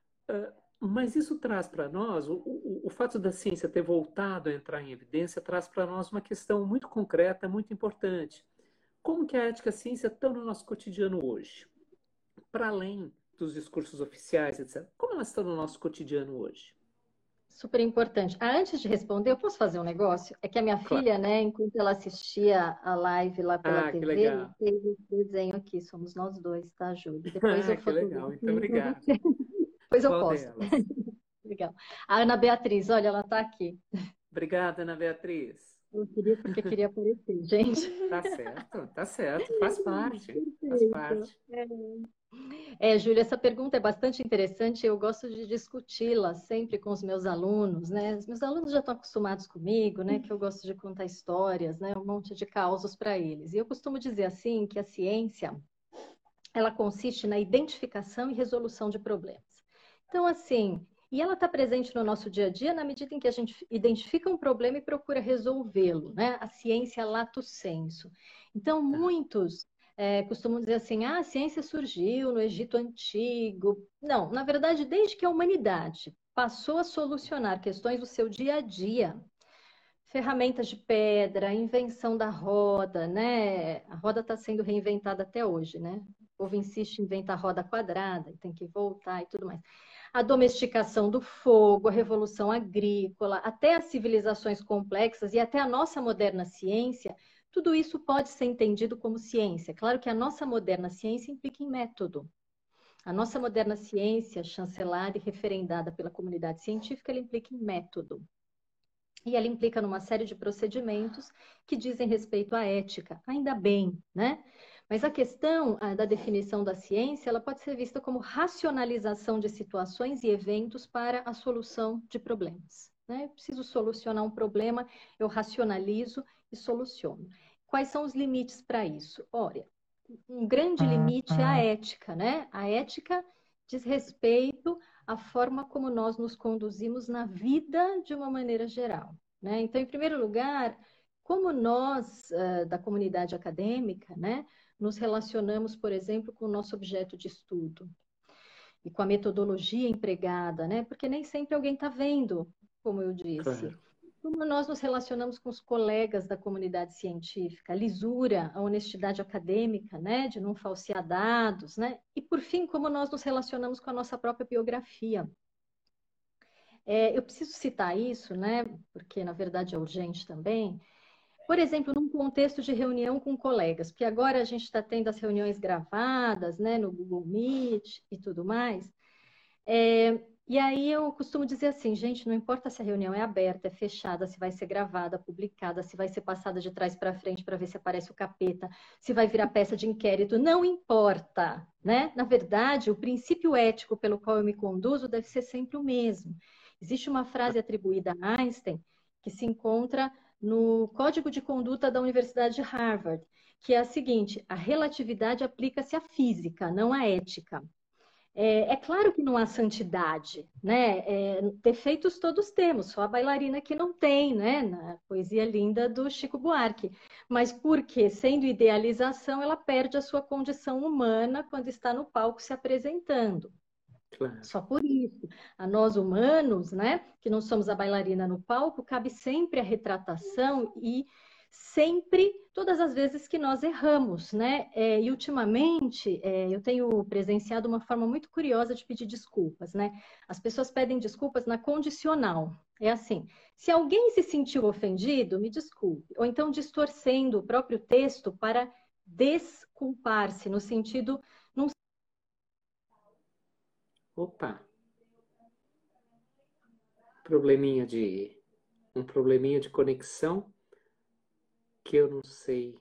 mas isso traz para nós, o fato da ciência ter voltado a entrar em evidência, traz para nós uma questão muito concreta, muito importante. Como que a ética e a ciência estão no nosso cotidiano hoje? Para além dos discursos oficiais, etc. Como elas estão no nosso cotidiano hoje? Super importante. Antes de responder, eu posso fazer um negócio? É que a minha Claro. filha, né, enquanto ela assistia a live lá pela Que TV, legal. fez esse desenho aqui. Somos nós dois, tá, Júlia? Depois eu Que legal. fotografo Muito para obrigado. você. Depois eu Qual posto. delas? Legal. A Ana Beatriz, olha, ela está aqui. Obrigada, Ana Beatriz. Eu queria porque queria aparecer, gente. Tá certo. Faz parte. Faz Perfeito. parte. Júlia, essa pergunta é bastante interessante. Eu gosto de discuti-la sempre com os meus alunos, né? Os meus alunos já estão acostumados comigo, né? Que eu gosto de contar histórias, né? Um monte de causos para eles. E eu costumo dizer assim que a ciência, ela consiste na identificação e resolução de problemas. Então, assim, e ela está presente no nosso dia a dia na medida em que a gente identifica um problema e procura resolvê-lo, né? A ciência lato sensu. Então, muitos costumam dizer assim, a ciência surgiu no Egito Antigo. Não, na verdade, desde que a humanidade passou a solucionar questões do seu dia a dia, ferramentas de pedra, a invenção da roda, né? A roda está sendo reinventada até hoje, né? O povo insiste em inventar a roda quadrada, e tem que voltar e tudo mais. A domesticação do fogo, a revolução agrícola, até as civilizações complexas e até a nossa moderna ciência, tudo isso pode ser entendido como ciência. Claro que a nossa moderna ciência implica em método. A nossa moderna ciência, chancelada e referendada pela comunidade científica, ela implica em método. E ela implica numa série de procedimentos que dizem respeito à ética. Ainda bem, né? Mas a questão da definição da ciência, ela pode ser vista como racionalização de situações e eventos para a solução de problemas. Né? Eu preciso solucionar um problema, eu racionalizo e soluciono. Quais são os limites para isso? Olha, um grande limite é a ética, né? A ética diz respeito à forma como nós nos conduzimos na vida de uma maneira geral, né? Então, em primeiro lugar, como nós, da comunidade acadêmica, né, nos relacionamos, por exemplo, com o nosso objeto de estudo e com a metodologia empregada, né? Porque nem sempre alguém está vendo, como eu disse. Claro. Como nós nos relacionamos com os colegas da comunidade científica, a lisura, a honestidade acadêmica, né, de não falsear dados, né? E, por fim, como nós nos relacionamos com a nossa própria biografia. Eu preciso citar isso, né, porque, na verdade, é urgente também. Por exemplo, num contexto de reunião com colegas, porque agora a gente está tendo as reuniões gravadas, né, no Google Meet e tudo mais. E aí eu costumo dizer assim, gente, não importa se a reunião é aberta, é fechada, se vai ser gravada, publicada, se vai ser passada de trás para frente para ver se aparece o capeta, se vai virar peça de inquérito, não importa, né? Na verdade, o princípio ético pelo qual eu me conduzo deve ser sempre o mesmo. Existe uma frase atribuída a Einstein que se encontra no Código de Conduta da Universidade de Harvard, que é a seguinte: a relatividade aplica-se à física, não à ética. É claro que não há santidade, né? Defeitos todos temos, só a bailarina que não tem, né? Na poesia linda do Chico Buarque. Mas porque, sendo idealização, ela perde a sua condição humana quando está no palco se apresentando. Claro. Só por isso. A nós humanos, né, que não somos a bailarina no palco, cabe sempre a retratação e sempre, todas as vezes que nós erramos, né? E ultimamente eu tenho presenciado uma forma muito curiosa de pedir desculpas, né? As pessoas pedem desculpas na condicional. É assim, se alguém se sentiu ofendido, me desculpe. Ou então distorcendo o próprio texto para desculpar-se, no sentido, Opa, probleminha de um probleminha de conexão que eu não sei.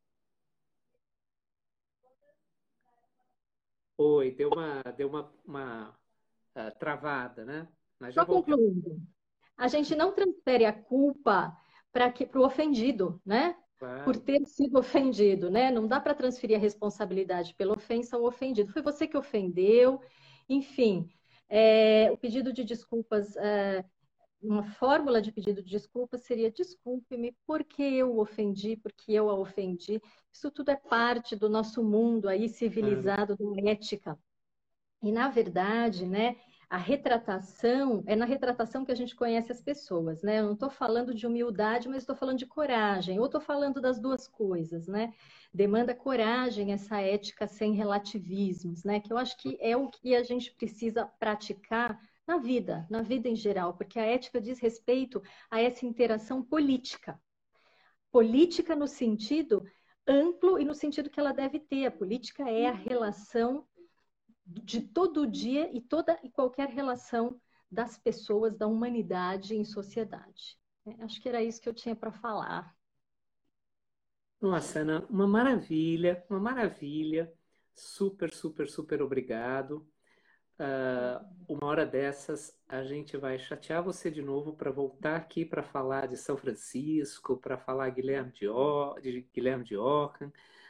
Oi, deu uma travada, né? Mas já só voltamos. concluindo. A gente não transfere a culpa para o ofendido, né? Por Claro. ter sido ofendido, né? Não dá para transferir a responsabilidade pela ofensa ao ofendido. Foi você que ofendeu, enfim. O pedido de desculpas, uma fórmula de pedido de desculpas seria: desculpe-me porque eu o ofendi, porque eu a ofendi. Isso tudo é parte do nosso mundo aí Claro. civilizado, da ética. E, na verdade, né, a retratação, é na retratação que a gente conhece as pessoas, né? Eu não estou falando de humildade, mas estou falando de coragem, ou estou falando das duas coisas, né? Demanda coragem essa ética sem relativismos, né? Que eu acho que é o que a gente precisa praticar na vida em geral, porque a ética diz respeito a essa interação política. Política no sentido amplo e no sentido que ela deve ter. A política é a relação de todo dia e toda e qualquer relação das pessoas, da humanidade em sociedade. Acho que era isso que eu tinha para falar. Nossa, Ana, uma maravilha, uma maravilha. Super, super, super obrigado. Uma hora dessas a gente vai chatear você de novo para voltar aqui para falar de São Francisco, para falar de Guilherme de Ockham,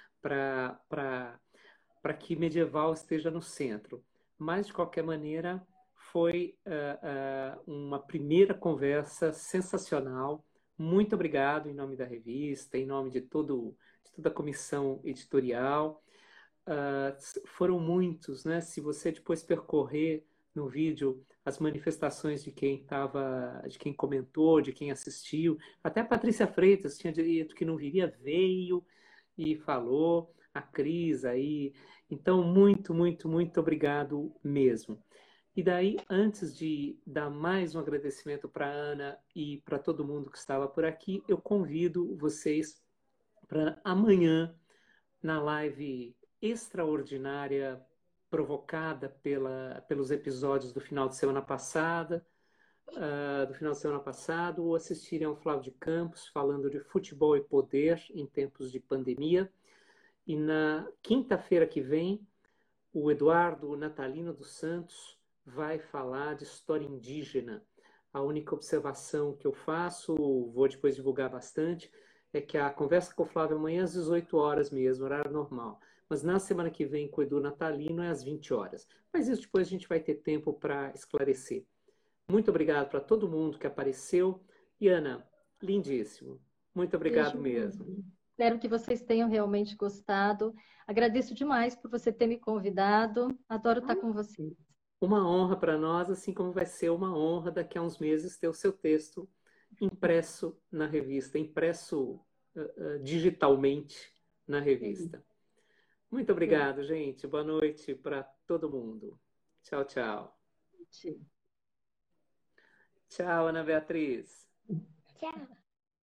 para que medieval esteja no centro. Mas, de qualquer maneira, foi uma primeira conversa sensacional. Muito obrigado em nome da revista, em nome de toda a comissão editorial. Foram muitos, né? Se você depois percorrer no vídeo as manifestações de quem comentou, de quem assistiu, até a Patrícia Freitas tinha dito que não viria, veio e falou, a Cris aí. Então, muito, muito, muito obrigado mesmo. E daí, antes de dar mais um agradecimento para a Ana e para todo mundo que estava por aqui, eu convido vocês para amanhã, na live extraordinária provocada pelos episódios do final de semana passada, do final de semana passado, ou assistirem ao Flávio de Campos falando de futebol e poder em tempos de pandemia. E na quinta-feira que vem, o Eduardo Natalino dos Santos vai falar de história indígena. A única observação que eu faço, vou depois divulgar bastante, é que a conversa com o Flávio amanhã às 18 horas mesmo, horário normal. Mas na semana que vem com o Edu Natalino é às 20 horas. Mas isso depois a gente vai ter tempo para esclarecer. Muito obrigado para todo mundo que apareceu. E Ana, lindíssimo. Muito obrigado Beijo. mesmo. Espero que vocês tenham realmente gostado. Agradeço demais por você ter me convidado. Adoro estar com vocês. Uma honra para nós, assim como vai ser uma honra daqui a uns meses ter o seu texto impresso na revista, impresso digitalmente na revista. Muito obrigado, gente. Boa noite para todo mundo. Tchau, tchau. Gente. Tchau, Ana Beatriz. Tchau.